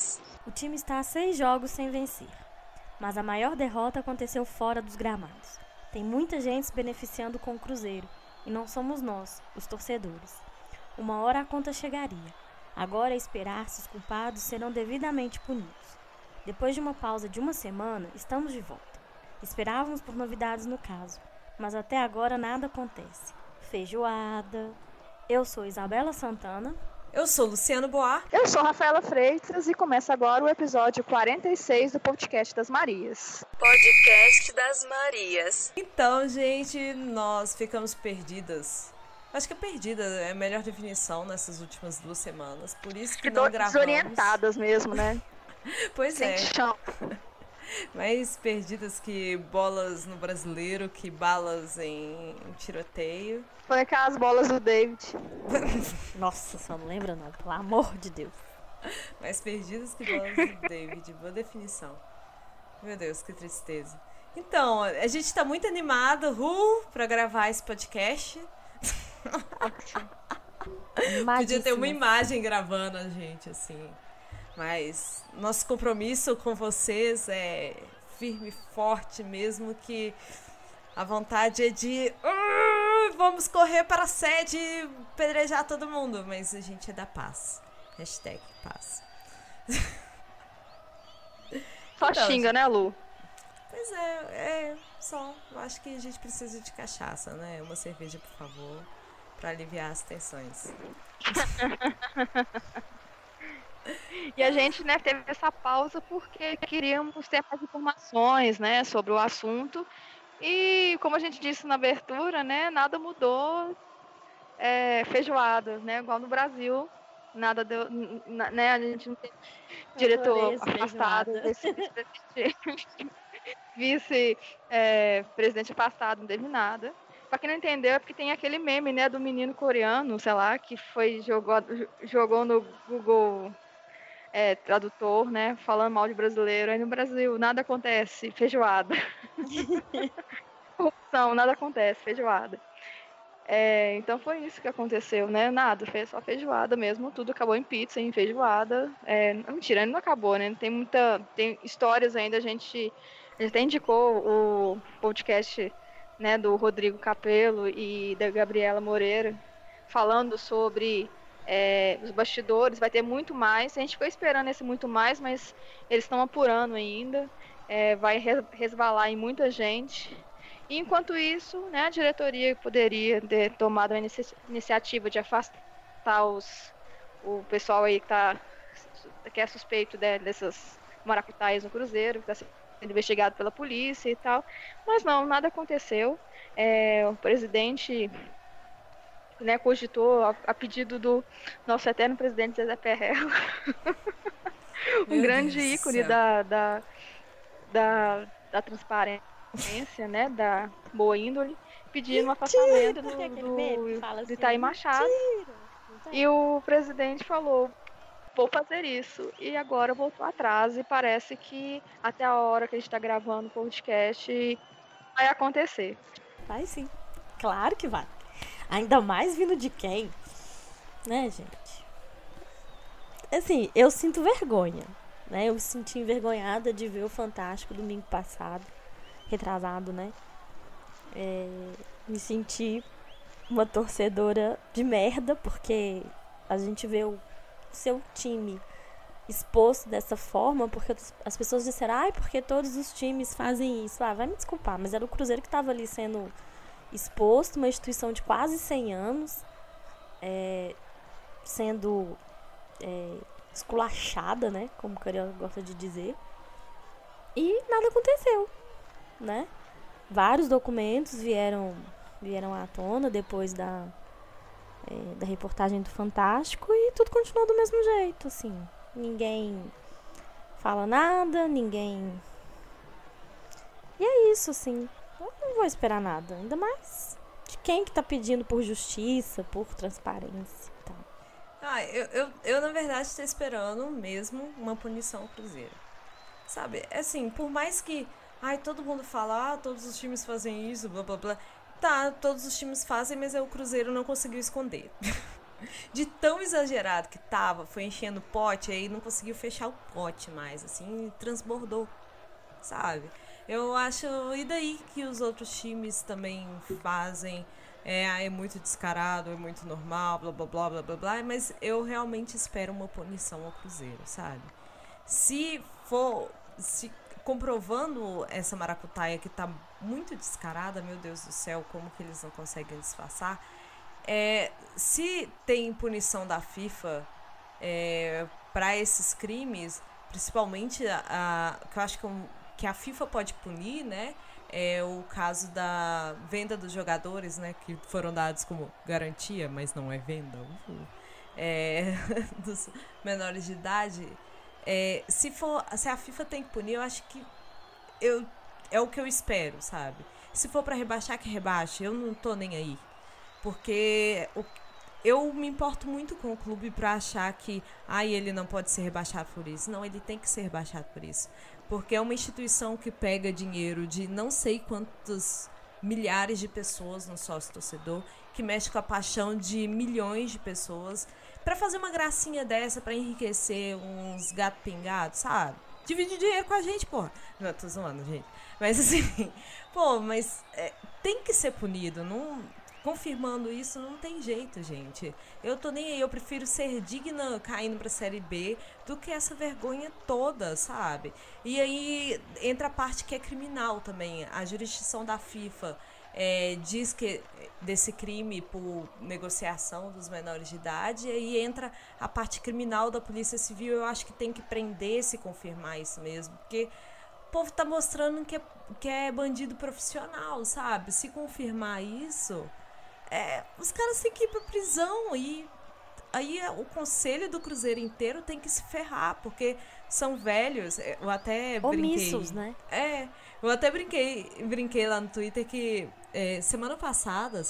Marias. O time está a 6 jogos sem vencer, mas a maior derrota aconteceu fora dos gramados. Tem muita gente se beneficiando com o Cruzeiro, e não somos nós, os torcedores. Uma hora a conta chegaria. Agora é esperar se os culpados serão devidamente punidos. Depois de uma pausa de uma semana, estamos de volta. Esperávamos por novidades no caso, mas até agora nada acontece. Feijoada. Eu sou Isabela Santana. Eu sou Luciano Boar. Eu sou Rafaela Freitas e começa agora o episódio 46 do Podcast das Marias. Podcast das Marias. Então, gente, nós ficamos perdidas. Acho que perdida é a melhor definição nessas últimas 2 semanas. Por isso que não gravamos. Desorientadas mesmo, né? Pois Sem é. chão. Mais perdidas que bolas no Brasileiro, que balas em tiroteio. Foi aquelas bolas do David. Nossa, só não lembra não, pelo amor de Deus. Mais perdidas que bolas do David. Boa definição. Meu Deus, que tristeza. Então, a gente tá muito animado pra gravar esse podcast. Podia ter uma imagem gravando a gente, assim. Mas nosso compromisso com vocês é firme e forte, mesmo que a vontade é de vamos correr para a sede e pedrejar todo mundo, mas a gente é da paz. Hashtag paz. Só então, xinga, gente, né, Lu? Pois só. Eu acho que a gente precisa de cachaça, né? Uma cerveja, por favor, para aliviar as tensões. E a gente, né, teve essa pausa porque queríamos ter mais informações, né, sobre o assunto. E como a gente disse na abertura, né, nada mudou. Feijoada, né, igual no Brasil. Nada deu, né, a gente não tem diretor afastado, vice-presidente afastado, não teve nada. Pra quem não entendeu, é porque tem aquele meme, né, do menino coreano, sei lá, que jogou no Google Tradutor, né, falando mal de brasileiro. Aí no Brasil, nada acontece, feijoada. Corrupção, nada acontece, feijoada. Então foi isso que aconteceu, né? Nada, fez só feijoada mesmo, tudo acabou em pizza, em feijoada. Mentira, ainda não acabou, né? Tem histórias ainda, a gente até indicou o podcast, né, do Rodrigo Capello e da Gabriela Moreira, falando sobre os bastidores. Vai ter muito mais, a gente ficou esperando esse muito mais, mas eles estão apurando ainda, vai resvalar em muita gente. E, enquanto isso, né, a diretoria poderia ter tomado a iniciativa de afastar o pessoal aí que é suspeito dessas maracutaias no Cruzeiro, que está sendo investigado pela polícia e tal. Mas não, nada aconteceu. O presidente, né, cogitou a pedido do nosso eterno presidente Zezé Perrella, grande ícone da transparência, né, da boa índole, pedindo um afastamento do Itaí Machado. E o presidente falou, vou fazer isso. E agora voltou atrás e parece que até a hora que a gente está gravando o podcast vai acontecer. Vai sim, claro que vai. Ainda mais vindo de quem? Né, gente? Assim, eu sinto vergonha, né? Eu me senti envergonhada de ver o Fantástico domingo passado, retrasado, né? Me senti uma torcedora de merda, porque a gente vê o seu time exposto dessa forma, porque as pessoas disseram, porque todos os times fazem isso. Vai me desculpar, mas era o Cruzeiro que estava ali sendo exposto, uma instituição de quase 100 anos, sendo esculachada, né, como o Carioca gosta de dizer, e nada aconteceu, né? Vários documentos vieram à tona depois da reportagem do Fantástico e tudo continuou do mesmo jeito, assim. Ninguém fala nada, ninguém... E é isso, assim. Eu não vou esperar nada, ainda mais de quem que tá pedindo por justiça, por transparência e tal. Eu na verdade estou esperando mesmo uma punição ao Cruzeiro. Sabe, assim, por mais que todo mundo fala, todos os times fazem isso, blá blá blá. Tá, todos os times fazem, mas o Cruzeiro não conseguiu esconder. De tão exagerado que tava, foi enchendo o pote, aí não conseguiu fechar o pote mais, assim, transbordou, sabe? Eu acho, e daí que os outros times também fazem, é muito descarado, é muito normal, blá blá blá blá blá blá, mas eu realmente espero uma punição ao Cruzeiro, sabe? Se comprovando essa maracutaia que tá muito descarada, meu Deus do céu, como que eles não conseguem disfarçar? Se tem punição da FIFA para esses crimes, principalmente que eu acho que a FIFA pode punir, né? É o caso da venda dos jogadores, né? Que foram dados como garantia, mas não é venda. Dos menores de idade. Se a FIFA tem que punir, eu acho que é o que eu espero, sabe? Se for pra rebaixar, que rebaixe. Eu não tô nem aí. Porque eu me importo muito com o clube pra achar que ele não pode ser rebaixado por isso. Não, ele tem que ser rebaixado por isso. Porque é uma instituição que pega dinheiro de não sei quantos milhares de pessoas no sócio-torcedor, que mexe com a paixão de milhões de pessoas, pra fazer uma gracinha dessa, pra enriquecer uns gato pingados, sabe? Divide dinheiro com a gente, porra. Não, tô zoando, gente. Mas assim, tem que ser punido, não... Confirmando isso, não tem jeito, gente. Eu tô nem aí, eu prefiro ser digna caindo pra Série B do que essa vergonha toda, sabe? E aí entra a parte que é criminal também. A jurisdição da FIFA diz que desse crime por negociação dos menores de idade, e aí entra a parte criminal da Polícia Civil. Eu acho que tem que prender se confirmar isso mesmo, porque o povo tá mostrando que é bandido profissional, sabe? Se confirmar isso... os caras têm que ir pra prisão e aí o conselho do Cruzeiro inteiro tem que se ferrar, porque são velhos. Eu até omissos, né? Eu até brinquei lá no Twitter que semana passada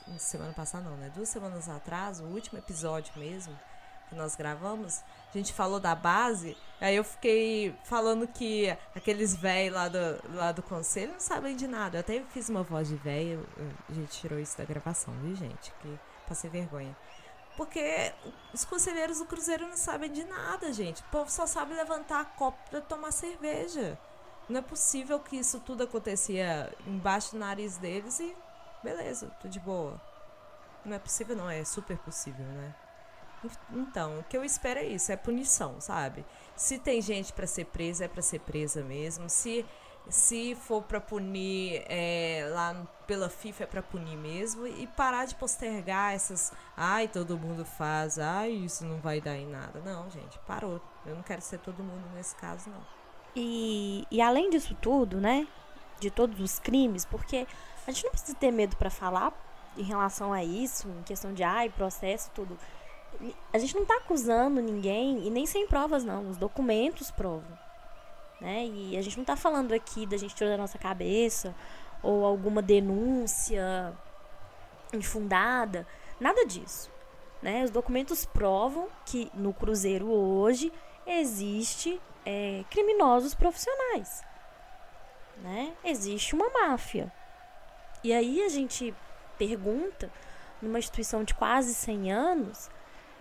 não, né? 2 semanas atrás, o último episódio mesmo que nós gravamos, a gente falou da base, aí eu fiquei falando que aqueles véi lá do conselho não sabem de nada. Eu até fiz uma voz de véio, a gente tirou isso da gravação, viu, gente? Que passei vergonha. Porque os conselheiros do Cruzeiro não sabem de nada, gente. O povo só sabe levantar copo pra tomar cerveja. Não é possível que isso tudo acontecia embaixo do nariz deles e beleza, tudo de boa. Não é possível, não, é super possível, né? Então, o que eu espero é isso, é punição, sabe? Se tem gente pra ser presa, é pra ser presa mesmo. Se for pra punir lá pela FIFA, é pra punir mesmo. E parar de postergar essas... todo mundo faz. Isso não vai dar em nada. Não, gente, parou. Eu não quero ser todo mundo nesse caso, não. E além disso tudo, né? De todos os crimes, porque a gente não precisa ter medo pra falar em relação a isso, em questão de processo, tudo. A gente não tá acusando ninguém, e nem sem provas não, os documentos provam, né? E a gente não tá falando aqui da gente tirar da nossa cabeça ou alguma denúncia infundada, nada disso, né? Os documentos provam que no Cruzeiro hoje existe criminosos profissionais, né? Existe uma máfia. E aí a gente pergunta, numa instituição de quase 100 anos,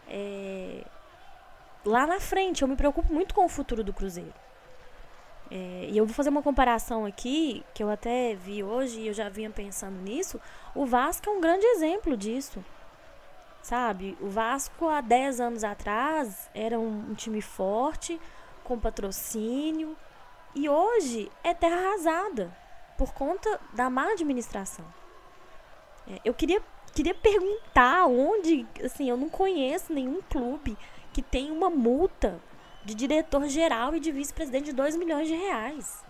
lá na frente, eu me preocupo muito com o futuro do Cruzeiro. E eu vou fazer uma comparação aqui, que eu até vi hoje e eu já vinha pensando nisso. O Vasco é um grande exemplo disso, sabe? O Vasco, há 10 anos atrás, era um time forte, com patrocínio, e hoje é terra arrasada, por conta da má administração. Eu queria perguntar onde, assim, eu não conheço nenhum clube que tem uma multa de diretor-geral e de vice-presidente de 2 milhões de reais.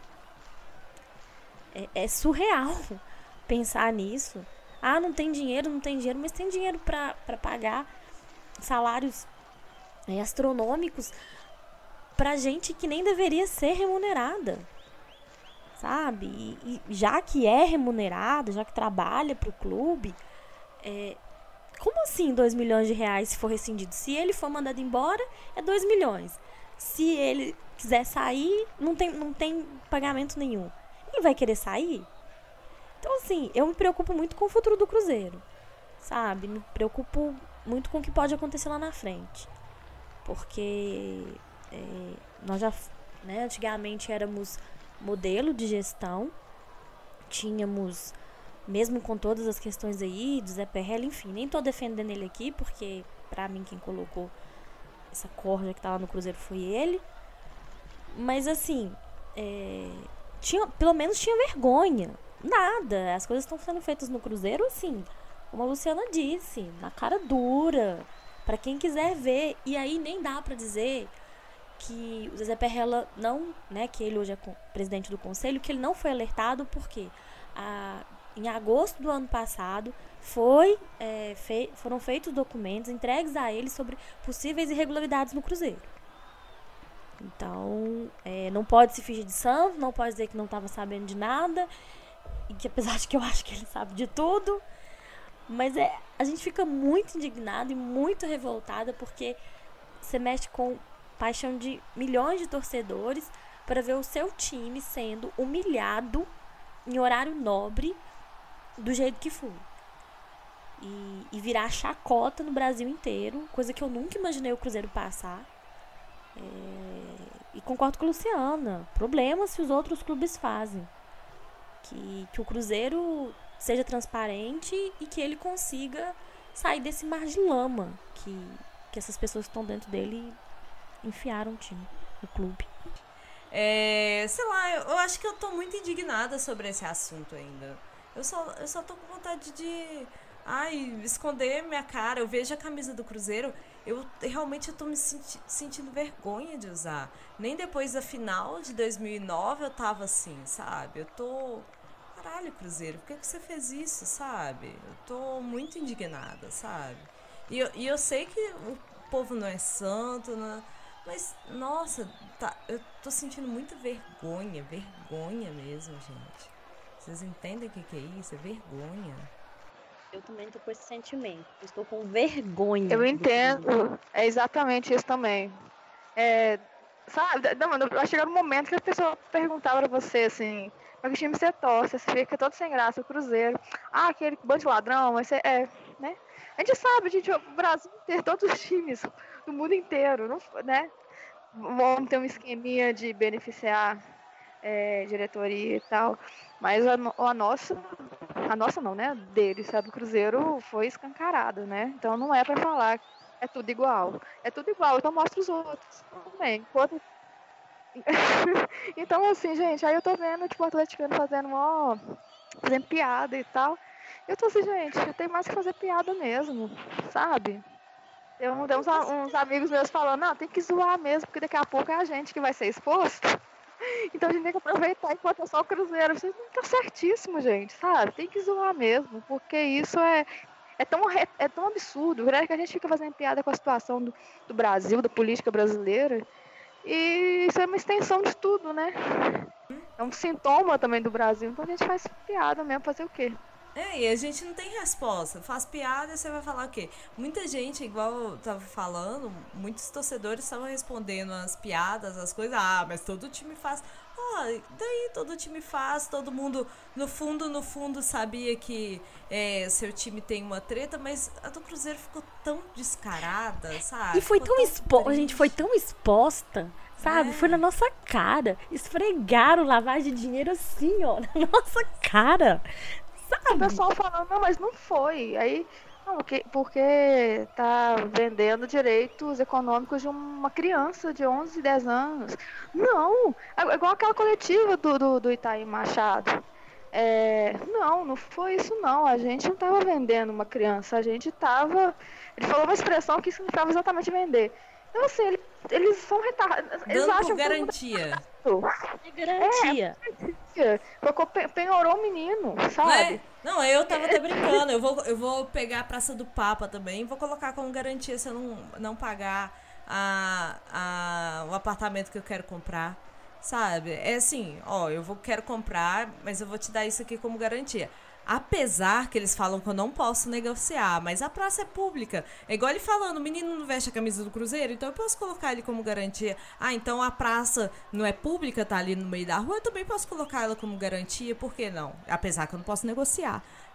É surreal pensar nisso. Não tem dinheiro, mas tem dinheiro para pagar salários astronômicos pra gente que nem deveria ser remunerada, sabe? E já que é remunerada, já que trabalha pro clube, como assim 2 milhões de reais se for rescindido? Se ele for mandado embora, é 2 milhões. Se ele quiser sair, não tem pagamento nenhum. Ele vai querer sair? Então, assim, eu me preocupo muito com o futuro do Cruzeiro, sabe? Me preocupo muito com o que pode acontecer lá na frente. Porque nós já, né, antigamente éramos modelo de gestão, tínhamos, mesmo com todas as questões aí do Zé Perrella, enfim, nem tô defendendo ele aqui, porque pra mim quem colocou essa corja que tá lá no Cruzeiro foi ele. Mas assim, pelo menos tinha vergonha. Nada, as coisas estão sendo feitas no Cruzeiro assim, como a Luciana disse, na cara dura, pra quem quiser ver. E aí nem dá pra dizer que o Zé Perrella não, né, que ele hoje é presidente do conselho, que ele não foi alertado, porque em agosto do ano passado foram feitos documentos entregues a ele sobre possíveis irregularidades no Cruzeiro. Então, não pode se fingir de santo, não pode dizer que não estava sabendo de nada, e que apesar de que eu acho que ele sabe de tudo, mas a gente fica muito indignada e muito revoltada, porque você mexe com paixão de milhões de torcedores para ver o seu time sendo humilhado em horário nobre do jeito que foi. E virar chacota no Brasil inteiro, coisa que eu nunca imaginei o Cruzeiro passar. E concordo com a Luciana, problemas se os outros clubes fazem. Que o Cruzeiro seja transparente e que ele consiga sair desse mar de lama que essas pessoas que estão dentro dele enfiaram o time, o clube. Sei lá, eu acho que eu tô muito indignada sobre esse assunto ainda. Eu só tô com vontade de esconder minha cara. Eu vejo a camisa do Cruzeiro, eu realmente tô me sentindo vergonha de usar. Nem depois da final de 2009 eu tava assim, sabe? Eu tô... Caralho, Cruzeiro, por que você fez isso, sabe? Eu tô muito indignada, sabe? E eu sei que o povo não é santo, né? Mas, nossa, eu tô sentindo muita vergonha mesmo, gente. Vocês entendem o que é isso? É vergonha. Eu também tô com esse sentimento. Eu estou com vergonha. Eu entendo. É exatamente isso também. Sabe, não, mano, vai chegar um momento que a pessoa perguntava pra você, assim, pra que time você torce, você fica todo sem graça, o Cruzeiro. Aquele bando de ladrão, mas né? A gente sabe, o Brasil inteiro, todos os times, do mundo inteiro, não, né? Vamos ter um esqueminha de beneficiar diretoria e tal. Mas a nossa não, né? Deles, sabe? O Cruzeiro foi escancarado, né? Então não é pra falar que é tudo igual. É tudo igual, então mostra os outros também. Então, assim, gente, aí eu tô vendo, o atleticano fazendo piada e tal. Eu tô assim, gente, eu tenho mais que fazer piada mesmo, sabe? Eu uns amigos meus falando, não, tem que zoar mesmo, porque daqui a pouco é a gente que vai ser exposto. Então a gente tem que aproveitar enquanto é só o Cruzeiro. Vocês não tá certíssimo, gente, sabe? Tem que zoar mesmo, porque isso é tão absurdo. Verdade que a gente fica fazendo piada com a situação do Brasil, da política brasileira. E isso é uma extensão de tudo, né? É um sintoma também do Brasil. Então a gente faz piada mesmo, fazer o quê? E a gente não tem resposta. Faz piada e você vai falar o quê? Muita gente, igual eu tava falando, muitos torcedores estavam respondendo as piadas, as coisas. Mas todo time faz. Daí todo time faz, todo mundo, no fundo, sabia que seu time tem uma treta, mas a do Cruzeiro ficou tão descarada, sabe? E foi tão exposta, a gente foi tão exposta, sabe? Foi na nossa cara. Esfregaram lavagem de dinheiro assim, ó, na nossa cara. Sabe? O pessoal falando, não, mas não foi. Aí, não, porque tá vendendo direitos econômicos de uma criança de 11, 10 anos. Não, é igual aquela coletiva do Itaim Machado. Não foi isso não. A gente não tava vendendo uma criança, a gente tava... Ele falou uma expressão que significava exatamente vender. Então, assim, eles são retardados. Eles dando acham por garantia. É garantia. Penhorou o menino, sabe? Não, eu tava até brincando. Eu vou pegar a Praça do Papa também e vou colocar como garantia se eu não pagar o apartamento que eu quero comprar, sabe? É assim, quero comprar, mas eu vou te dar isso aqui como garantia. Apesar que eles falam que eu não posso negociar, mas a praça é pública. É igual ele falando, o menino não veste a camisa do Cruzeiro, então eu posso colocar ele como garantia. Então a praça não é pública, tá ali no meio da rua, eu também posso colocar ela como garantia, por que não? Apesar que eu não posso negociar.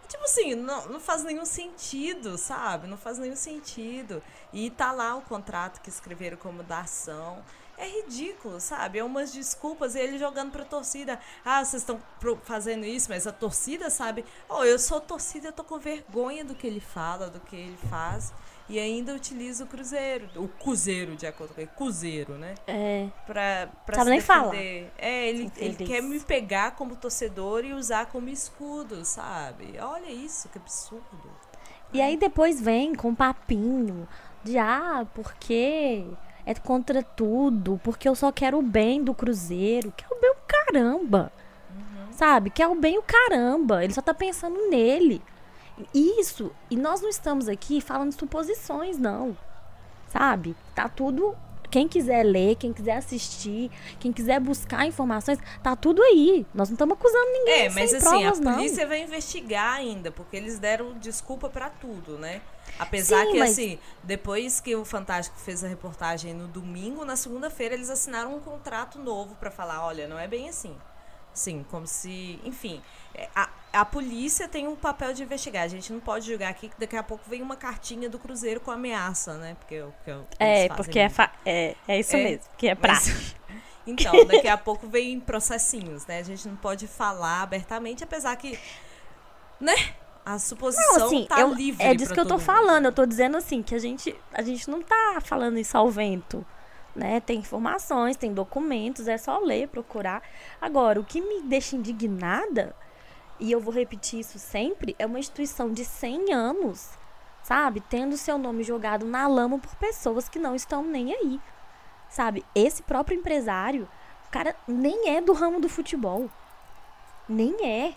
Tipo assim, não faz nenhum sentido, sabe? Não faz nenhum sentido. E tá lá o contrato que escreveram como da ação. É ridículo, sabe? É umas desculpas e ele jogando pra torcida. Ah, vocês estão fazendo isso, mas a torcida sabe. Eu sou torcida, eu tô com vergonha do que ele fala, do que ele faz. E ainda utiliza o Cruzeiro. O Cruzeiro, de acordo com ele. Cruzeiro, né? Pra sabe se nem falar. defender. Ele quer me pegar como torcedor e usar como escudo, sabe? Olha isso, que absurdo. E aí depois vem com papinho de porque é contra tudo, porque eu só quero o bem do Cruzeiro. Quer o bem o caramba. Sabe? Quer o bem o caramba. Ele só tá pensando nele. Isso, e nós não estamos aqui falando de suposições, não. Sabe? Tá tudo. Quem quiser ler, quem quiser assistir, quem quiser buscar informações, tá tudo aí. Nós não estamos acusando ninguém. Mas sem assim, provas, a polícia vai investigar ainda, porque eles deram desculpa pra tudo, né? Apesar que, assim, depois que o Fantástico fez a reportagem no domingo, na segunda-feira eles assinaram um contrato novo pra falar, olha, não é bem assim. Sim, como se... Enfim, a polícia tem um papel de investigar. A gente não pode julgar aqui que daqui a pouco vem uma cartinha do Cruzeiro com ameaça, né? Porque porque é isso mesmo, que é prático. Então, daqui a pouco vem processinhos, né? A gente não pode falar abertamente, apesar que, né? A suposição livre. É disso que eu tô falando. Eu tô dizendo assim, que a gente não tá falando isso ao vento. Né? Tem informações, tem documentos, é só ler, procurar. Agora, o que me deixa indignada, e eu vou repetir isso sempre, é uma instituição de 100 anos, sabe? Tendo seu nome jogado na lama por pessoas que não estão nem aí, sabe? Esse próprio empresário, o cara nem é do ramo do futebol. Nem é.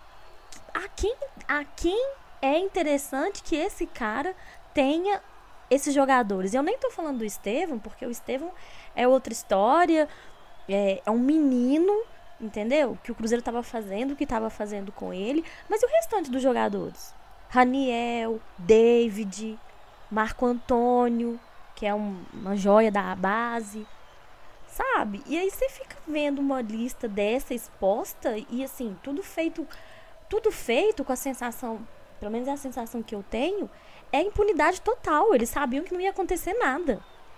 A quem é interessante que esse cara tenha esses jogadores? Eu nem tô falando do Estevão, porque o Estevão é outra história, é um menino, entendeu? Que o Cruzeiro tava fazendo, o que tava fazendo com ele, mas e o restante dos jogadores? Raniel, David, Marco Antônio, que é uma joia da base, sabe? E aí você fica vendo uma lista dessa exposta e assim, tudo feito com a sensação, pelo menos é a sensação que eu tenho, é impunidade total. Eles sabiam que não ia acontecer nada.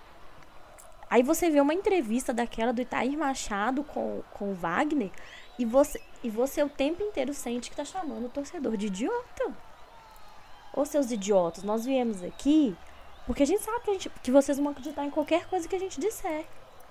Aí você vê uma entrevista daquela do Itair Machado com o Wagner e você o tempo inteiro sente que tá chamando o torcedor de idiota. Ô, seus idiotas, nós viemos aqui porque a gente sabe que vocês vão acreditar em qualquer coisa que a gente disser.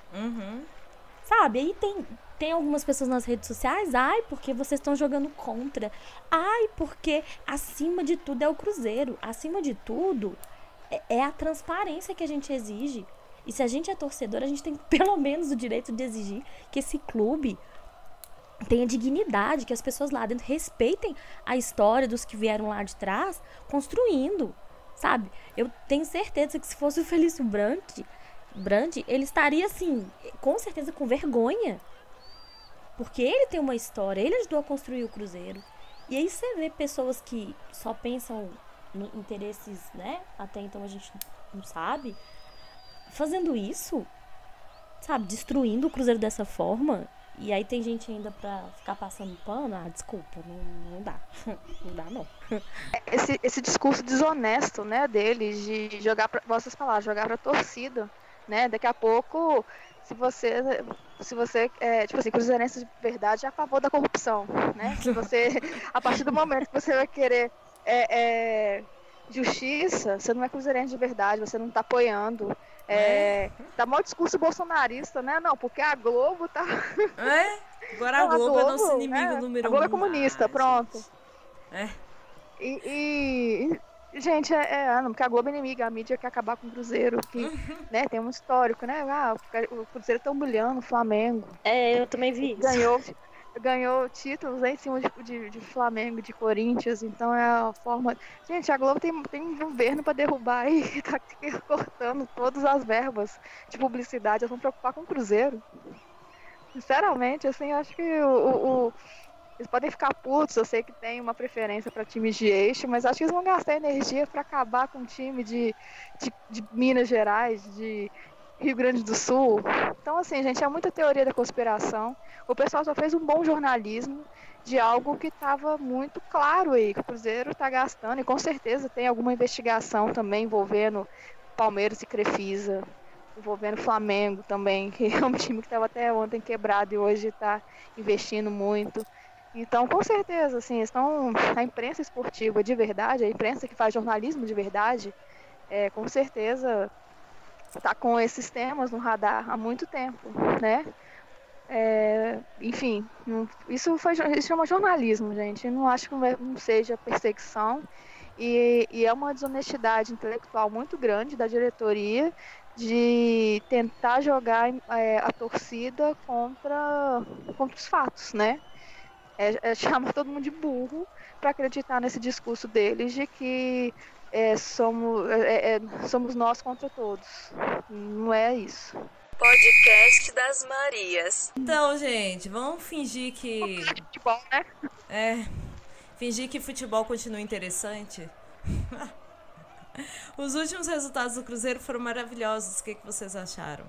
Sabe? Aí tem algumas pessoas nas redes sociais, porque vocês estão jogando contra. Porque acima de tudo é o Cruzeiro. Acima de tudo é a transparência que a gente exige. E se a gente é torcedor, a gente tem pelo menos o direito de exigir que esse clube tenha dignidade, que as pessoas lá dentro respeitem a história dos que vieram lá de trás, construindo, sabe? Eu tenho certeza que se fosse o Felício Brandi, ele estaria, assim, com certeza com vergonha. Porque ele tem uma história, ele ajudou a construir o Cruzeiro. E aí você vê pessoas que só pensam em interesses, né? Até então a gente não sabe. Fazendo isso, sabe? Destruindo o Cruzeiro dessa forma. E aí tem gente ainda pra ficar passando pano. Desculpa, não dá. Não dá, não. Esse discurso desonesto, né, dele, de jogar pra, vossas palavras, jogar pra torcida, né? Daqui a pouco, se você tipo assim, cruzeirense de verdade é a favor da corrupção, né? Se você, a partir do momento que você vai querer justiça, você não é cruzeirense de verdade, você não tá apoiando. Tá mó discurso bolsonarista, né? Não, porque a Globo tá... Agora a Globo é nosso inimigo número 1. A Globo é comunista, pronto. Gente, não, porque a Globo é inimiga, a mídia quer acabar com o Cruzeiro, que né, tem um histórico, né? O Cruzeiro tá humilhando o Flamengo. Eu também vi isso. Ganhou títulos, né, em cima de Flamengo, de Corinthians, então é a forma... Gente, a Globo tem um governo para derrubar e tá cortando todas as verbas de publicidade, eles vão preocupar com o Cruzeiro. Sinceramente, assim, eu acho que eles podem ficar putos, eu sei que tem uma preferência para times de eixo, mas acho que eles vão gastar energia para acabar com um time de Minas Gerais, Rio Grande do Sul. Então, assim, gente, é muita teoria da conspiração. O pessoal só fez um bom jornalismo de algo que estava muito claro aí, que o Cruzeiro está gastando, e com certeza tem alguma investigação também envolvendo Palmeiras e Crefisa, envolvendo Flamengo também, que é um time que estava até ontem quebrado e hoje está investindo muito. Então, com certeza, assim, a imprensa esportiva de verdade, a imprensa que faz jornalismo de verdade, com certeza está com esses temas no radar há muito tempo, né? Enfim, isso chama jornalismo, gente. Eu não acho que não seja perseguição e é uma desonestidade intelectual muito grande da diretoria de tentar jogar a torcida contra os fatos, né? Chama todo mundo de burro para acreditar nesse discurso deles de que somos nós contra todos. Não é isso. Podcast das Marias. Então, gente, vamos fingir que... Futebol, né? Fingir que futebol continua interessante. Os últimos resultados do Cruzeiro foram maravilhosos. O que vocês acharam?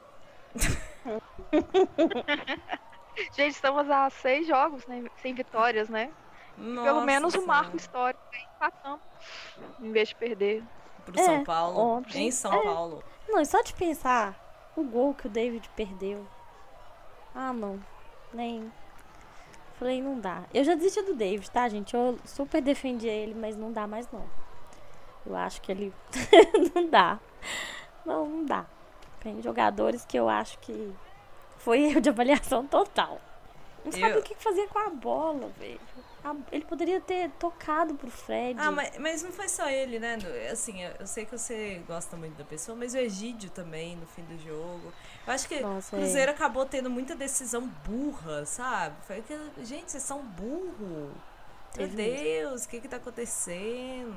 Gente, estamos a 6 jogos, né, sem vitórias, né? Nossa, pelo menos um marco histórico. Empatamos, em vez de perder. Pro São Paulo. Ontem, Em São Paulo. Não, e só de pensar o gol que o David perdeu. Ah, não. Nem... Falei, não dá. Eu já desisti do David, tá, gente? Eu super defendi ele, mas não dá mais, não. Eu acho que ele... não dá. Não dá. Tem jogadores que eu acho que foi erro de avaliação total. Não sabe o que fazer com a bola, velho. Ele poderia ter tocado pro Fred. Ah, mas não foi só ele, né? Assim, eu sei que você gosta muito da pessoa, mas o Egídio também, no fim do jogo. Eu acho que o Cruzeiro acabou tendo muita decisão burra, sabe? Foi que, gente, vocês são burro. Meu Deus, o que tá acontecendo?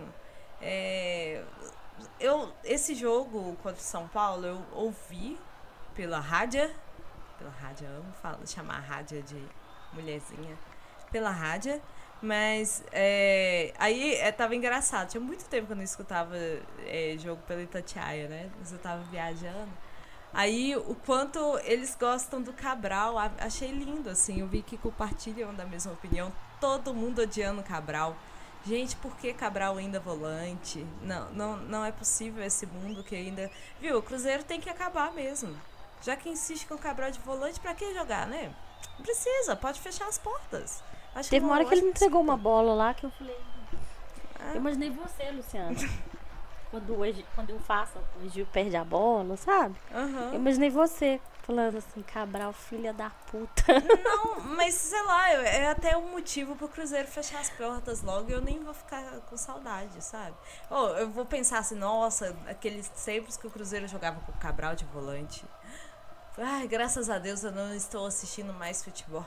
Esse jogo contra o São Paulo, eu ouvi pela rádio, eu amo chamar a rádio de mulherzinha, pela rádio, mas aí tava engraçado, tinha muito tempo que eu não escutava jogo pela Itatiaia, né, mas eu tava viajando, aí o quanto eles gostam do Cabral, achei lindo, assim, eu vi que compartilham da mesma opinião, todo mundo odiando o Cabral. Gente, por que Cabral ainda volante? Não é possível esse mundo que ainda... Viu, o Cruzeiro tem que acabar mesmo. Já que insiste com o Cabral de volante, pra que jogar, né? Não precisa, pode fechar as portas. Teve uma hora que ele me entregou uma bola lá que eu falei... Eu imaginei você, Luciana. quando o Egídio perde a bola, sabe? Uhum. Eu imaginei você falando assim, Cabral, filha da puta. Não, mas sei lá, é até um motivo pro Cruzeiro fechar as portas logo e eu nem vou ficar com saudade, sabe? Eu vou pensar assim, nossa, aqueles tempos que o Cruzeiro jogava com o Cabral de volante. Ai, graças a Deus eu não estou assistindo mais futebol.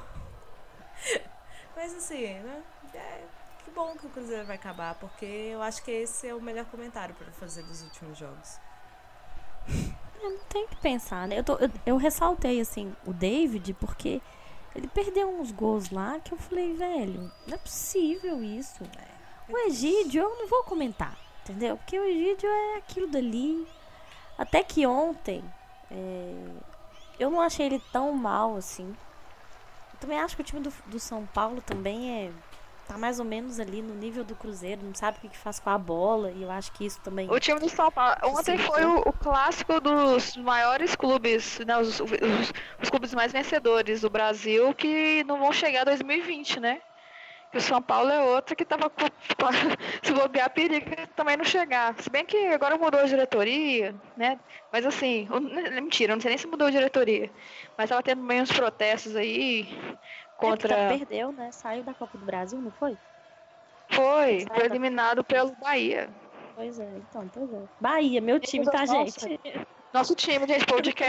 Mas assim, né? Que bom que o Cruzeiro vai acabar, porque eu acho que esse é o melhor comentário para fazer dos últimos jogos. Não tem que pensar, né? Eu ressaltei, assim, o David, porque ele perdeu uns gols lá que eu falei, velho, não é possível isso. O Egídio, eu não vou comentar, entendeu? Porque o Egídio é aquilo dali. Até que ontem, eu não achei ele tão mal, assim. Eu também acho que o time do São Paulo também tá mais ou menos ali no nível do Cruzeiro, não sabe o que faz com a bola, e eu acho que isso também... O time do São Paulo, ontem foi o clássico dos maiores clubes, né, os clubes mais vencedores do Brasil, que não vão chegar a 2020, né? Que o São Paulo é outro que tava se bobear periga também não chegar. Se bem que agora mudou a diretoria, né? Mas assim, mentira, não sei nem se mudou a diretoria. Mas tava tendo meio uns protestos aí contra... perdeu, né? Saiu da Copa do Brasil, não foi? Foi eliminado pelo Bahia. Pois é. Bahia, meu time, tá, gente? Nosso time, gente,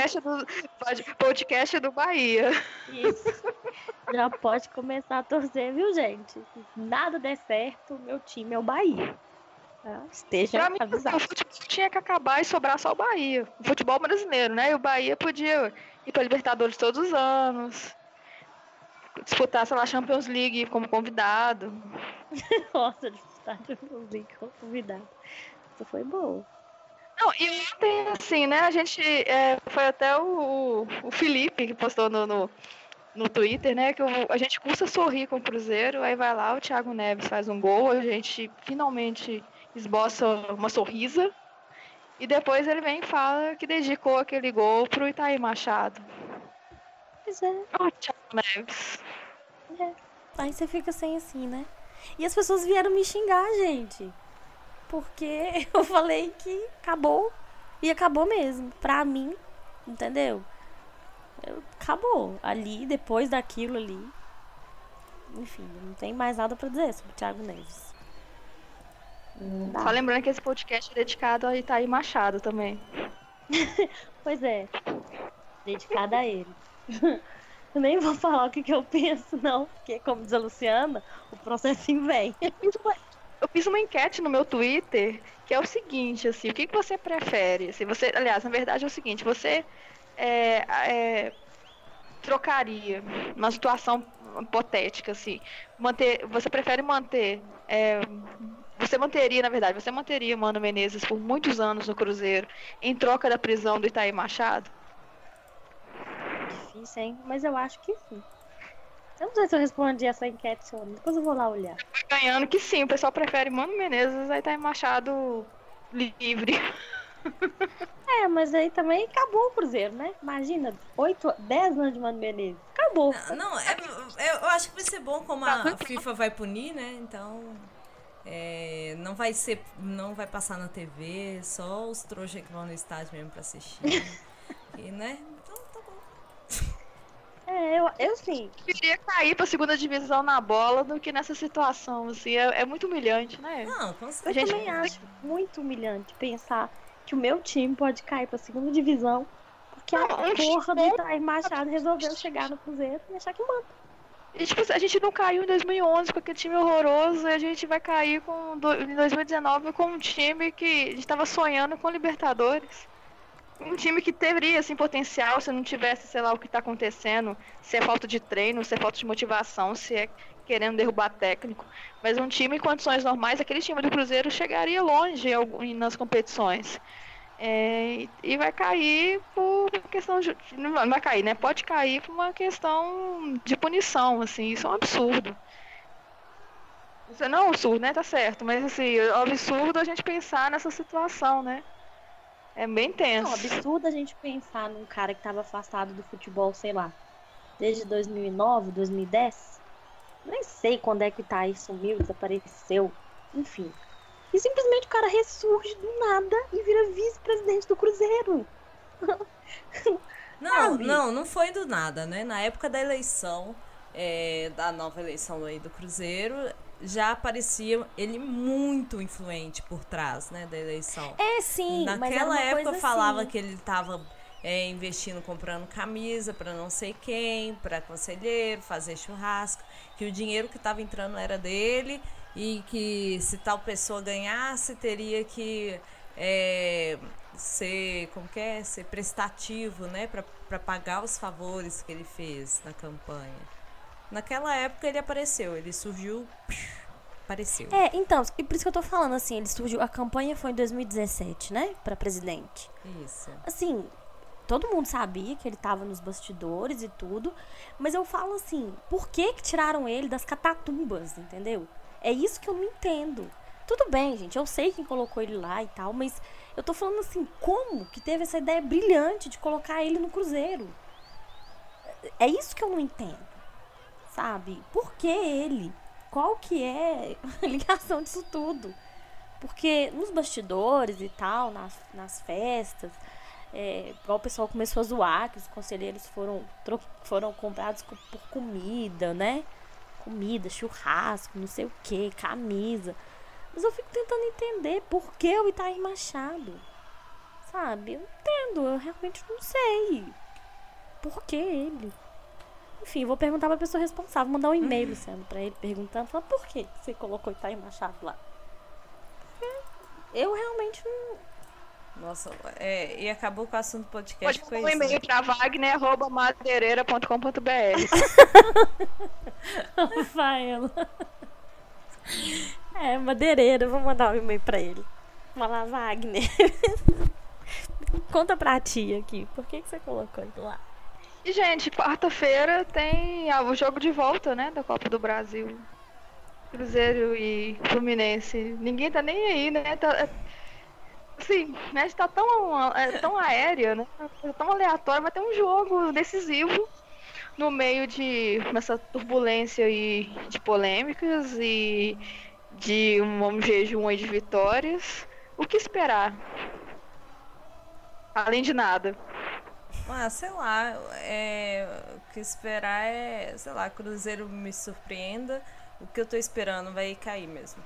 podcast do Bahia. Isso. Já pode começar a torcer, viu, gente? Se nada der certo, meu time é o Bahia. Tá? Esteja avisado. O futebol tinha que acabar e sobrar só o Bahia. O futebol brasileiro, né? E o Bahia podia ir pra Libertadores todos os anos. Disputar, sei lá, Champions League como convidado. Nossa, disputar Champions League como convidado. Isso foi bom. Não, e ontem, assim, né, a gente, foi até o Felipe que postou no Twitter, né, que a gente custa sorrir com o Cruzeiro, aí vai lá, o Thiago Neves faz um gol, a gente finalmente esboça uma sorrisa, e depois ele vem e fala que dedicou aquele gol pro Itaí Machado. Pois é. Ô, Thiago Neves. Aí você fica sem assim, né? E as pessoas vieram me xingar, gente. Porque eu falei que acabou. E acabou mesmo. Pra mim, entendeu? Acabou. Ali, depois daquilo ali. Enfim, não tem mais nada pra dizer sobre o Thiago Neves. Não dá. Só lembrando que esse podcast é dedicado ao Itaí Machado também. Pois é. Dedicada a ele. Eu nem vou falar o que eu penso, não. Porque, como diz a Luciana, o processinho vem. Eu fiz uma enquete no meu Twitter que é o seguinte, assim, o que você prefere? Assim, aliás, na verdade é o seguinte, você trocaria uma situação hipotética, assim, você prefere manter, você manteria o Mano Menezes por muitos anos no Cruzeiro em troca da prisão do Itaí Machado? Difícil, hein? Mas eu acho que sim. Eu não sei se eu respondi essa enquete, depois eu vou lá olhar. Ganhando que sim, o pessoal prefere Mano Menezes a Itaí Machado livre. Mas aí também acabou o Cruzeiro, né? Imagina, 10 anos de Mano Menezes. Acabou. Não, eu acho que vai ser bom como a FIFA vai punir, né? Então, não vai passar na TV, só os trouxas que vão no estádio mesmo pra assistir. E, né? Então, tá bom. Eu sim. Queria cair pra segunda divisão na bola do que nessa situação, assim, é muito humilhante, né? Não, com Eu certeza. também acho muito humilhante pensar que o meu time pode cair pra segunda divisão porque a porra do Itaí Machado resolveu chegar no Cruzeiro e achar que manda. E, tipo, a gente não caiu em 2011 com aquele time horroroso, e a gente vai cair em 2019 com um time que a gente tava sonhando com Libertadores. Um time que teria, assim, potencial se não tivesse, sei lá, o que tá acontecendo, se é falta de treino, se é falta de motivação, se é querendo derrubar técnico. Mas um time em condições normais, aquele time do Cruzeiro chegaria longe nas competições. E vai cair por questão de... Não vai cair, né? Pode cair por uma questão de punição, assim, isso é um absurdo. Isso não é um absurdo, né? Tá certo, mas assim, é um absurdo a gente pensar nessa situação, né? É bem tenso. É um absurdo a gente pensar num cara que tava afastado do futebol, sei lá, desde 2009, 2010. Nem sei quando é que o Itaí sumiu, desapareceu, enfim. E simplesmente o cara ressurge do nada e vira vice-presidente do Cruzeiro. Não foi do nada, né? Na época da eleição, da nova eleição aí do Cruzeiro, já parecia ele muito influente por trás, né, da eleição. Sim, naquela época coisa falava assim. que ele estava investindo, comprando camisa para não sei quem, para conselheiro, fazer churrasco, que o dinheiro que estava entrando era dele e que se tal pessoa ganhasse teria que ser prestativo, né, para pagar os favores que ele fez na campanha. Naquela época ele apareceu, ele surgiu, apareceu. Então, e por isso que eu tô falando, assim, ele surgiu, a campanha foi em 2017, né, pra presidente. Isso. Assim, todo mundo sabia que ele tava nos bastidores e tudo, mas eu falo assim, por que tiraram ele das catatumbas, entendeu? É isso que eu não entendo. Tudo bem, gente, eu sei quem colocou ele lá e tal, mas eu tô falando assim, como que teve essa ideia brilhante de colocar ele no Cruzeiro? É isso que eu não entendo. Sabe? Por que ele? Qual que é a ligação disso tudo? Porque nos bastidores e tal, nas festas, igual o pessoal começou a zoar, que os conselheiros foram comprados por comida, né? Comida, churrasco, não sei o que, camisa. Mas eu fico tentando entender por que o Itaí Machado. Sabe? Eu não entendo, eu realmente não sei. Por que ele? Enfim, vou perguntar pra pessoa responsável, mandar um e-mail, Luciano, pra ele, perguntando, falar, por que você colocou Itaí Machado lá? Eu realmente não... Nossa, e acabou com o assunto do podcast. Pode mandar um e-mail pra wagner@madeireira.com.br. Vai, ela. Madeireira, vou mandar um e-mail pra ele. Vai lá, Wagner. Conta pra tia aqui. Por que você colocou ele lá? E, gente, quarta-feira tem o jogo de volta, né, da Copa do Brasil. Cruzeiro e Fluminense. Ninguém tá nem aí, né? Assim, né? Tá tão aérea, né? Tão aleatório, mas tem um jogo decisivo no meio de essa turbulência e de polêmicas e de um jejum aí de vitórias. O que esperar? Além de nada. Sei lá, o que esperar é, sei lá, Cruzeiro me surpreenda. O que eu tô esperando vai cair mesmo.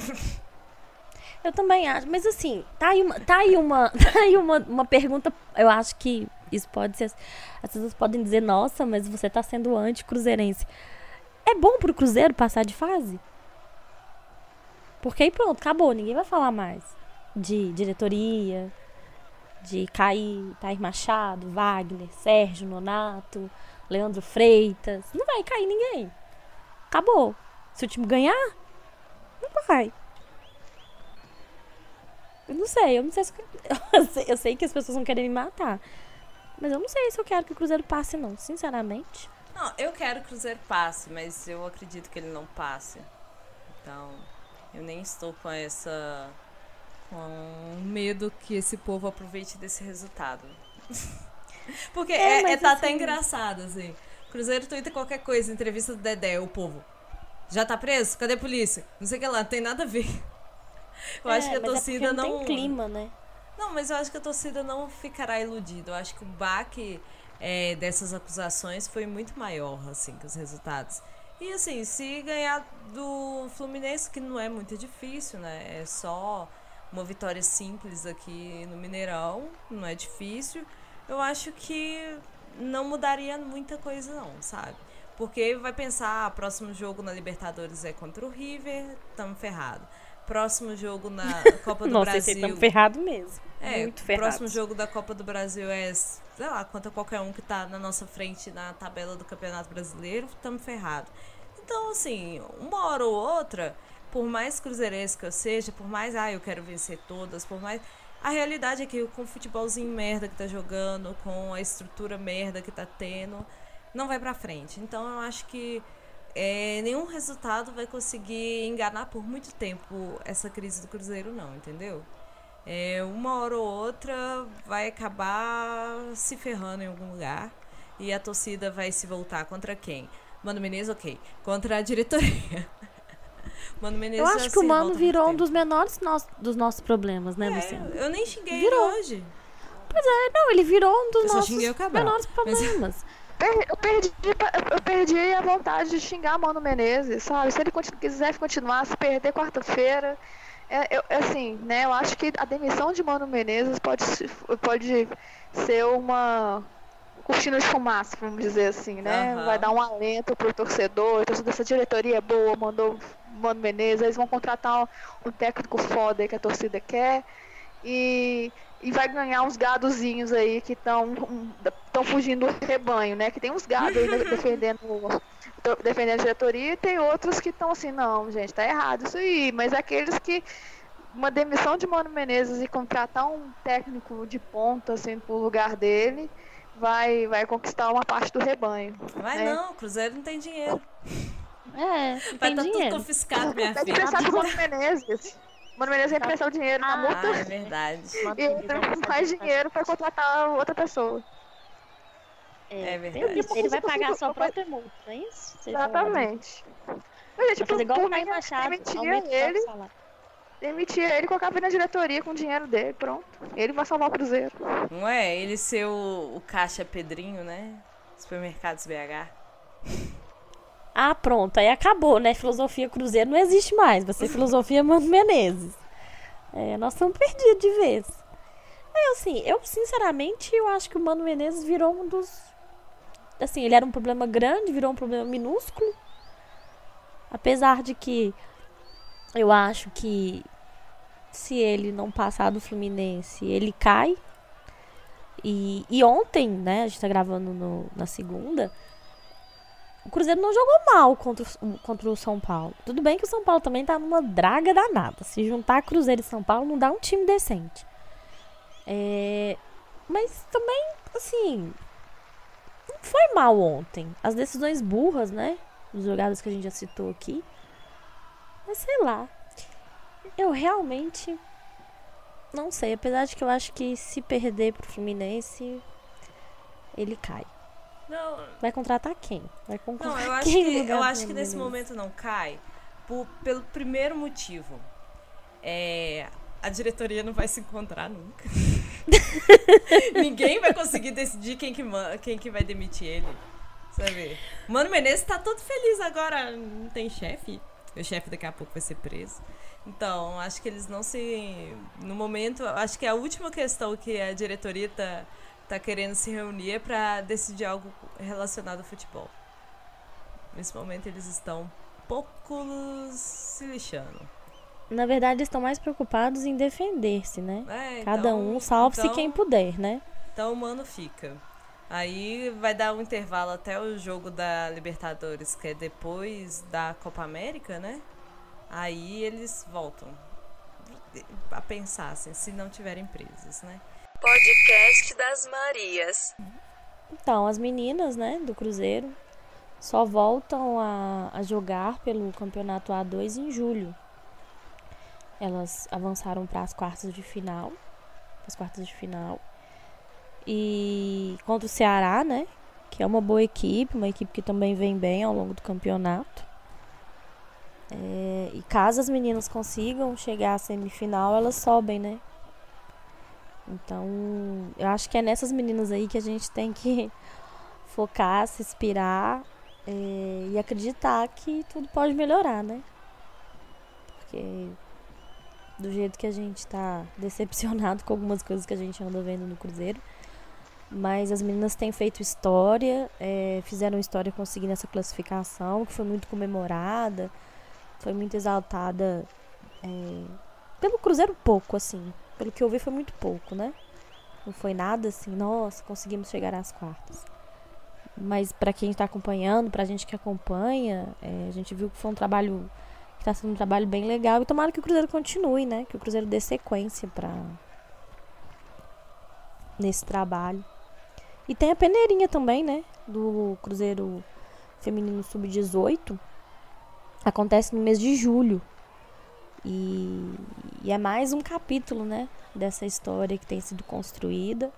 Eu também acho, mas assim, tá aí uma pergunta, eu acho que isso pode ser, as pessoas podem dizer, nossa, mas você tá sendo anti-cruzeirense. É bom pro Cruzeiro passar de fase? Porque aí pronto, acabou, ninguém vai falar mais de diretoria, de Cair Machado, Wagner, Sérgio Nonato, Leandro Freitas. Não vai cair ninguém. Acabou. Se o time ganhar, não vai. Eu não sei se eu sei que as pessoas vão querer me matar. Mas eu não sei se eu quero que o Cruzeiro passe, não, sinceramente. Não, eu quero que o Cruzeiro passe, mas eu acredito que ele não passe. Então, eu nem estou com medo que esse povo aproveite desse resultado. Porque tá até engraçado, assim. Cruzeiro twitta qualquer coisa, entrevista do Dedé, o povo. Já tá preso? Cadê a polícia? Não sei o que lá, não tem nada a ver. Eu acho que a torcida não tem clima, né? Não, mas eu acho que a torcida não ficará iludida. Eu acho que o baque dessas acusações foi muito maior, assim, que os resultados. E, assim, se ganhar do Fluminense, que não é muito difícil, né? É só uma vitória simples aqui no Mineirão, não é difícil. Eu acho que não mudaria muita coisa, não, sabe? Porque vai pensar, próximo jogo na Libertadores é contra o River, tamo ferrado. Próximo jogo na Copa do Brasil. Nossa, tamo ferrado mesmo. Muito ferrado. Próximo jogo da Copa do Brasil é, sei lá, contra qualquer um que tá na nossa frente na tabela do Campeonato Brasileiro, tamo ferrado. Então, assim, uma hora ou outra, por mais cruzeirense que eu seja, por mais, eu quero vencer todas, por mais... A realidade é que com o futebolzinho merda que tá jogando, com a estrutura merda que tá tendo, não vai pra frente. Então, eu acho que nenhum resultado vai conseguir enganar por muito tempo essa crise do Cruzeiro, não, entendeu? Uma hora ou outra vai acabar se ferrando em algum lugar e a torcida vai se voltar contra quem? Mano Menezes, ok. Contra a diretoria. Mano Menezes, eu acho que o Mano virou um dos menores dos nossos problemas, né, Luciano? Eu nem xinguei ele hoje. Pois não, ele virou um dos nossos menores problemas. Eu perdi a vontade de xingar Mano Menezes, sabe? Se ele quiser continuar, se perder quarta-feira... assim, né? Eu acho que a demissão de Mano Menezes pode ser uma cortina de fumaça, vamos dizer assim, né? Vai dar um alento pro torcedor. Essa diretoria é boa, mandou Mano Menezes, eles vão contratar um técnico foda aí que a torcida quer e vai ganhar uns gadozinhos aí que estão fugindo do rebanho, né? Que tem uns gados aí defendendo a diretoria e tem outros que estão assim, não, gente, tá errado isso aí, mas aqueles que uma demissão de Mano Menezes e contratar um técnico de ponta assim pro lugar dele vai conquistar uma parte do rebanho. Vai não, o Cruzeiro não tem dinheiro. Vai estar tudo confiscado, minha filha. Tem que pensar com o Mano Menezes. Mano Menezes vai emprestar o dinheiro na multa. É verdade. E ele faz dinheiro para contratar outra pessoa. É verdade. Ele vai pagar a sua própria multa, não é isso? Exatamente. Mas, vai fazer igual o Caio Machado, demitia ele e colocava ele na diretoria com o dinheiro dele, pronto. Ele vai salvar o Cruzeiro. Não é? Ele ser o caixa Pedrinho, né? Supermercados BH. Pronto, aí acabou, né? Filosofia Cruzeiro não existe mais. Vai ser filosofia Mano Menezes. Nós estamos perdidos de vez. Eu sinceramente, eu acho que o Mano Menezes virou um dos... Assim, ele era um problema grande, virou um problema minúsculo. Apesar de que eu acho que se ele não passar do Fluminense, ele cai. E ontem, né, a gente tá gravando na segunda, o Cruzeiro não jogou mal contra o São Paulo. Tudo bem que o São Paulo também tá numa draga danada. Se juntar Cruzeiro e São Paulo, não dá um time decente. Mas também, assim, não foi mal ontem. As decisões burras, né? Dos jogadas que a gente já citou aqui. Mas sei lá. Eu realmente não sei. Apesar de que eu acho que se perder pro Fluminense, ele cai. Não, Vai contratar quem? Vai contratar não, eu acho que nesse momento não cai pelo primeiro motivo. A diretoria não vai se encontrar nunca. Ninguém vai conseguir decidir quem que vai demitir ele. Sabe? O Mano Menezes tá todo feliz agora. Não tem chefe. O chefe daqui a pouco vai ser preso. Então, acho que eles não se... No momento, acho que a última questão que a diretoria tá querendo se reunir é pra decidir algo relacionado ao futebol. Nesse momento, eles estão um pouco se lixando. Na verdade, eles estão mais preocupados em defender-se, né? Então, cada um salve-se quem puder, né? Então o Mano fica. Aí vai dar um intervalo até o jogo da Libertadores, que é depois da Copa América, né? Aí eles voltam a pensar, assim, se não tiverem presos, né? Podcast das Marias. Então, as meninas, né, do Cruzeiro só voltam a jogar pelo Campeonato A2 em julho. Elas avançaram para as quartas de final. E contra o Ceará, né? Que é uma boa equipe, uma equipe que também vem bem ao longo do campeonato. E caso as meninas consigam chegar à semifinal, elas sobem, né? Então, eu acho que é nessas meninas aí que a gente tem que focar, se inspirar e acreditar que tudo pode melhorar, né? Porque do jeito que a gente tá decepcionado com algumas coisas que a gente anda vendo no Cruzeiro. Mas as meninas têm feito história, fizeram história conseguindo essa classificação, que foi muito comemorada, foi muito exaltada pelo Cruzeiro pouco, assim. Pelo que eu vi foi muito pouco, né? Não foi nada assim, nossa, conseguimos chegar às quartas. Mas pra quem tá acompanhando, pra gente que acompanha, a gente viu que foi um trabalho que tá sendo um trabalho bem legal. E tomara que o Cruzeiro continue, né? Que o Cruzeiro dê sequência nesse trabalho. E tem a peneirinha também, né? Do Cruzeiro Feminino Sub-18. Acontece no mês de julho. E é mais um capítulo, né? Dessa história que tem sido construída.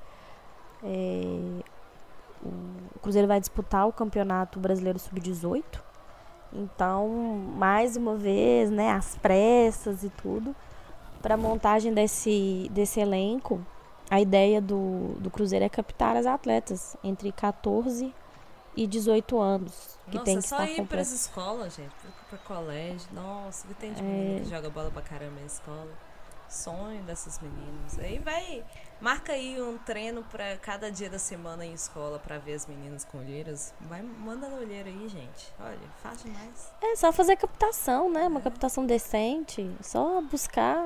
O Cruzeiro vai disputar o Campeonato Brasileiro Sub-18. Então, mais uma vez, né, às pressas e tudo, para a montagem desse elenco, a ideia do Cruzeiro é captar as atletas entre 14 e 18 anos. Que Nossa, tem que só estar ir completo. para as escolas, gente, para colégio. Nossa, que tem de menina que joga bola pra caramba na escola. Sonho dessas meninas. Aí marca aí um treino para cada dia da semana em escola para ver as meninas com olheiras. Manda na olheira aí, gente. Olha, fácil demais. É só fazer captação, né? Uma captação decente. Só buscar.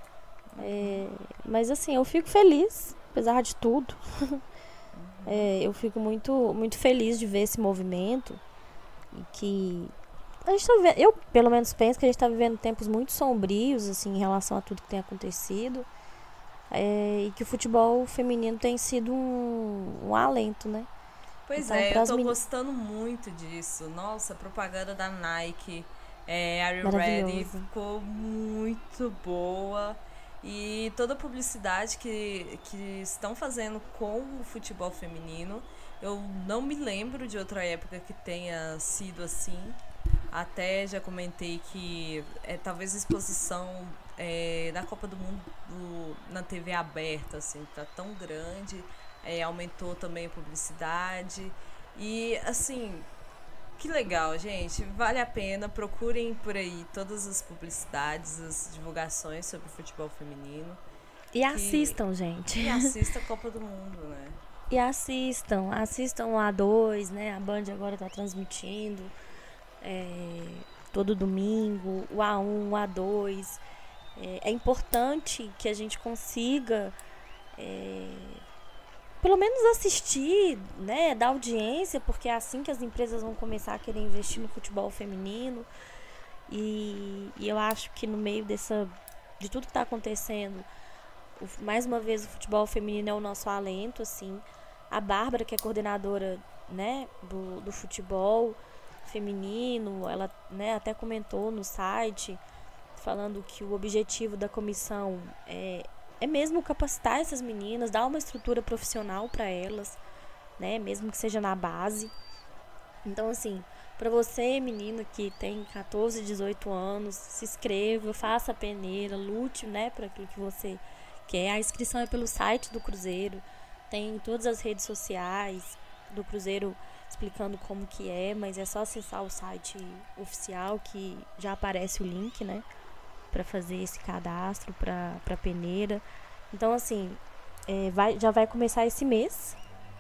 Mas assim, eu fico feliz, apesar de tudo. Eu fico muito, muito feliz de ver esse movimento. E que a gente tá vivendo, eu pelo menos penso que a gente está vivendo tempos muito sombrios, assim, em relação a tudo que tem acontecido. E que o futebol feminino tem sido um alento, né? Pois então, eu tô gostando muito disso. Nossa, a propaganda da Nike, Are You Ready? Ficou muito boa. E toda a publicidade que estão fazendo com o futebol feminino, eu não me lembro de outra época que tenha sido assim. Até já comentei que talvez a exposição da Copa do Mundo na TV aberta, assim, tá tão grande, aumentou também a publicidade. E, assim, que legal, gente. Vale a pena, procurem por aí todas as publicidades, as divulgações sobre o futebol feminino. E assistam, gente. E assistam a Copa do Mundo, né? E assistam o A2, né? A Band agora tá transmitindo todo domingo, o A1, o A2. É importante que a gente consiga pelo menos assistir, né, dar audiência, porque é assim que as empresas vão começar a querer investir no futebol feminino. E eu acho que no meio de tudo que está acontecendo, mais uma vez o futebol feminino é o nosso alento, assim. A Bárbara, que é coordenadora, né, do futebol feminino, ela, né, até comentou no site, falando que o objetivo da comissão é mesmo capacitar essas meninas, dar uma estrutura profissional para elas, né, mesmo que seja na base. Então, assim, para você, menina que tem 14, 18 anos, se inscreva, faça a peneira, lute, né, para aquilo que você quer. A inscrição é pelo site do Cruzeiro, tem todas as redes sociais do Cruzeiro explicando como que é, mas é só acessar o site oficial que já aparece o link, né, para fazer esse cadastro para peneira. Então, assim, já vai começar esse mês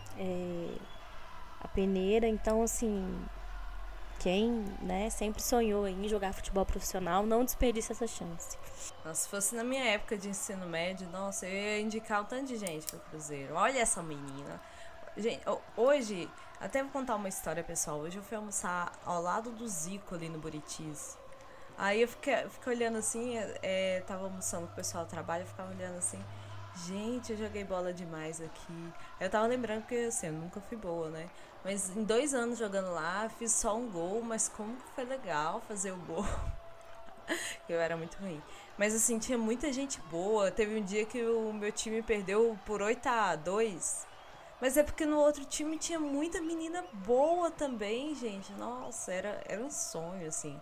a peneira. Então, assim, quem, né, sempre sonhou em jogar futebol profissional, não desperdice essa chance. Nossa, se fosse na minha época de ensino médio, nossa, eu ia indicar um tanto de gente pro Cruzeiro. Olha essa menina. Gente, hoje, até vou contar uma história, pessoal. Hoje eu fui almoçar ao lado do Zico ali no Buritis. Aí eu fiquei olhando assim, tava almoçando com o pessoal do trabalho, eu ficava olhando assim, gente, eu joguei bola demais aqui. Eu tava lembrando que, assim, eu nunca fui boa, né? Mas em 2 anos jogando lá, fiz só um gol, mas como que foi legal fazer o gol. Eu era muito ruim. Mas assim, tinha muita gente boa. Teve um dia que o meu time perdeu por 8-2. Mas é porque no outro time tinha muita menina boa também, gente. Nossa, era um sonho, assim.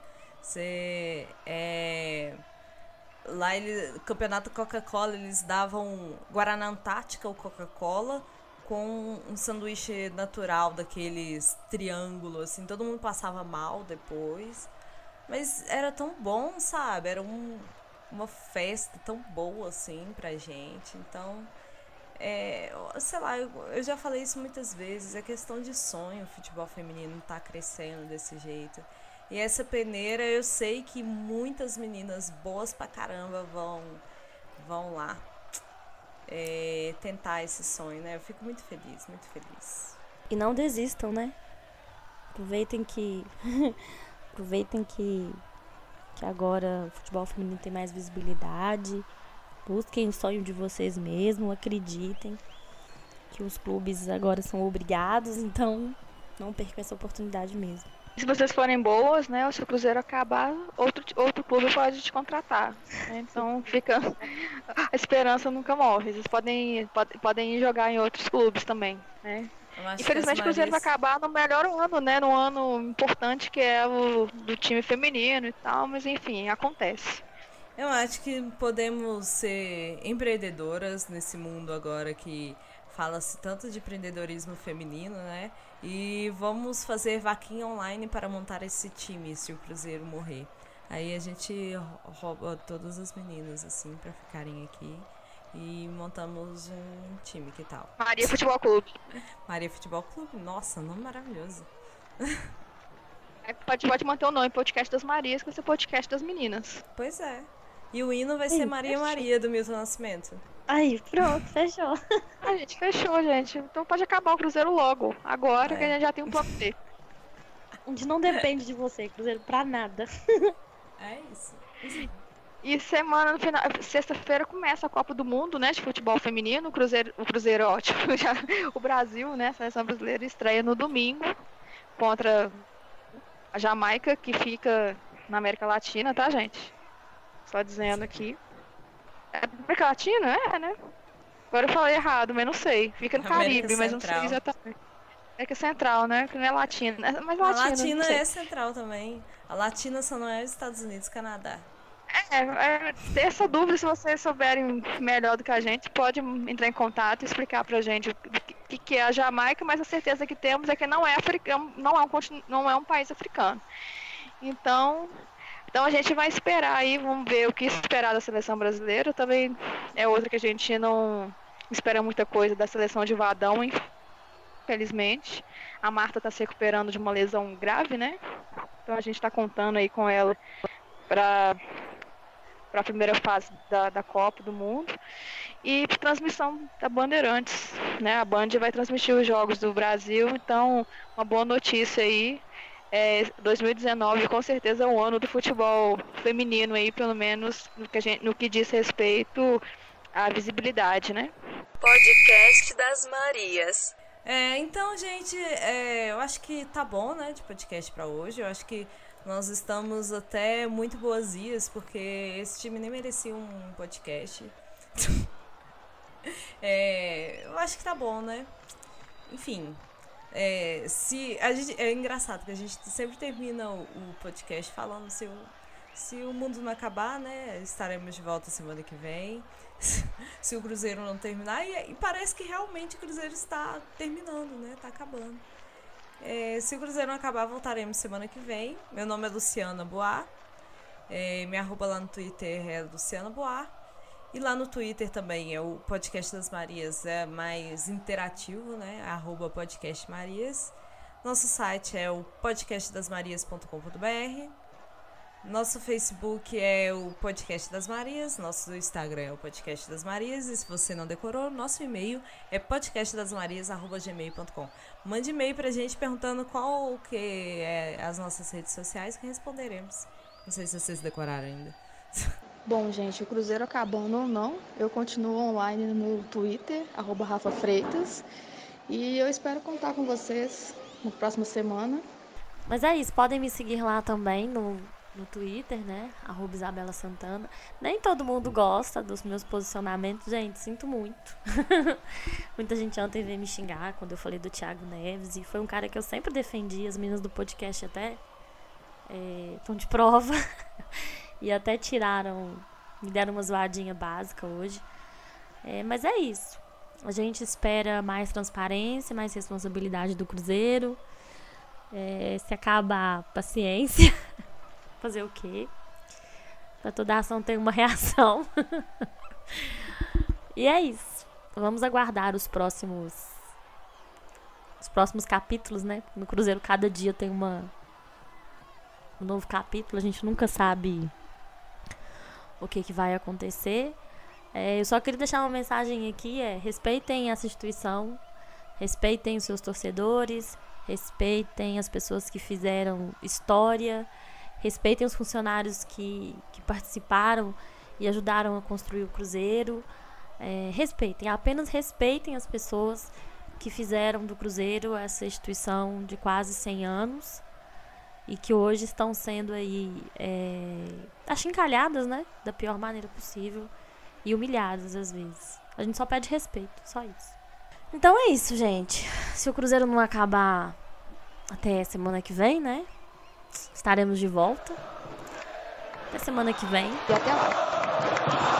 Lá, campeonato Coca-Cola, eles davam Guaraná Antártica ou Coca-Cola com um sanduíche natural daqueles triângulos, assim. Todo mundo passava mal depois. Mas era tão bom, sabe? Era uma festa tão boa, assim, pra gente. Então, sei lá, eu já falei isso muitas vezes. É questão de sonho o futebol feminino tá crescendo desse jeito. E essa peneira, eu sei que muitas meninas boas pra caramba vão lá tentar esse sonho, né? Eu fico muito feliz, muito feliz. E não desistam, né? Aproveitem que agora o futebol feminino tem mais visibilidade. Busquem o sonho de vocês mesmos, acreditem que os clubes agora são obrigados, então não percam essa oportunidade mesmo. Se vocês forem boas, né, se o Cruzeiro acabar, outro clube pode te contratar, né? Então fica a esperança nunca morre. Vocês podem ir jogar em outros clubes também, né? Infelizmente o Cruzeiro vai acabar no melhor ano, né? No ano importante que é o do time feminino e tal, mas enfim, acontece. Eu acho que podemos ser empreendedoras nesse mundo agora que fala-se tanto de empreendedorismo feminino, né? E vamos fazer vaquinha online para montar esse time se o Cruzeiro morrer. Aí a gente rouba todas as meninas, assim, para ficarem aqui. E montamos um time, que tal? Maria Futebol Clube. Maria Futebol Clube? Nossa, nome maravilhoso. Pode manter o nome, Podcast das Marias, que vai ser Podcast das Meninas. Pois é. E o hino vai ser Maria Maria, do Milton Nascimento. Aí, pronto, fechou. A gente fechou, gente. Então pode acabar o Cruzeiro logo. Agora que a gente já tem um plano B. A gente não depende de você, Cruzeiro, pra nada. É isso. E semana, no final, sexta-feira começa a Copa do Mundo, né, de futebol feminino. O Cruzeiro é ótimo. O Brasil, né, a seleção brasileira estreia no domingo contra a Jamaica, que fica na América Latina, tá, gente? Só dizendo aqui. É América Latina? É, né? Agora eu falei errado, mas não sei. Fica no Caribe, mas não sei exatamente. América Central, né? Que não é Latina. Mas a Latina é central também. A Latina só não é os Estados Unidos e Canadá. Ter essa dúvida, se vocês souberem melhor do que a gente, pode entrar em contato e explicar pra gente o que é a Jamaica, mas a certeza que temos é que não é africano, não é um país africano. Então a gente vai esperar aí, vamos ver o que esperar da seleção brasileira. Também é outra que a gente não espera muita coisa da seleção de Vadão, infelizmente. A Marta tá se recuperando de uma lesão grave, né? Então a gente tá contando aí com ela pra para a primeira fase da Copa do Mundo. E transmissão da Bandeirantes, né? A Band vai transmitir os jogos do Brasil, então uma boa notícia aí. 2019 com certeza é o ano do futebol feminino aí, pelo menos no que diz respeito à visibilidade, né? Podcast das Marias. Então, gente, eu acho que tá bom, né, de podcast pra hoje. Eu acho que nós estamos até muito boazias, porque esse time nem merecia um podcast. Eu acho que tá bom, né? Enfim, é engraçado que a gente sempre termina o podcast falando se o mundo não acabar, né? Estaremos de volta semana que vem. Se o Cruzeiro não terminar, e parece que realmente o Cruzeiro está terminando, né? Tá acabando. Se o Cruzeiro não acabar, voltaremos semana que vem. Meu nome é Luciana Boar. Minha arroba lá no Twitter é Luciana Boar. E lá no Twitter também é o Podcast das Marias, é mais interativo, né? @ Podcast Marias. Nosso site é o podcastdasmarias.com.br. Nosso Facebook é o Podcast das Marias, nosso Instagram é o Podcast das Marias, e se você não decorou, nosso e-mail é podcastdasmarias@gmail.com. Mande e-mail pra gente perguntando qual que é as nossas redes sociais, que responderemos. Não sei se vocês decoraram ainda. Bom, gente, o Cruzeiro acabando ou não, eu continuo online no Twitter, @RafaFreitas, e eu espero contar com vocês na próxima semana. Mas é isso, podem me seguir lá também no Twitter, né? @Isabela Santana. Nem todo mundo gosta dos meus posicionamentos, gente, sinto muito. Muita gente ontem veio me xingar quando eu falei do Thiago Neves, e foi um cara que eu sempre defendi, as meninas do podcast até estão de prova. E até me deram uma zoadinha básica hoje. Mas é isso. A gente espera mais transparência, mais responsabilidade do Cruzeiro. Se acaba a paciência. Fazer o quê? Pra toda ação ter uma reação. E é isso. Vamos aguardar os próximos capítulos, né? No Cruzeiro cada dia tem um novo capítulo. A gente nunca sabe o que vai acontecer. Eu só queria deixar uma mensagem aqui, respeitem essa instituição, respeitem os seus torcedores, respeitem as pessoas que fizeram história, respeitem os funcionários que participaram e ajudaram a construir o Cruzeiro. Apenas respeitem as pessoas que fizeram do Cruzeiro essa instituição de quase 100 anos e que hoje estão sendo aí achincalhadas, né, da pior maneira possível e humilhadas às vezes. A gente só pede respeito, só isso. Então é isso, gente. Se o Cruzeiro não acabar até semana que vem, né, estaremos de volta. Até semana que vem. E até lá.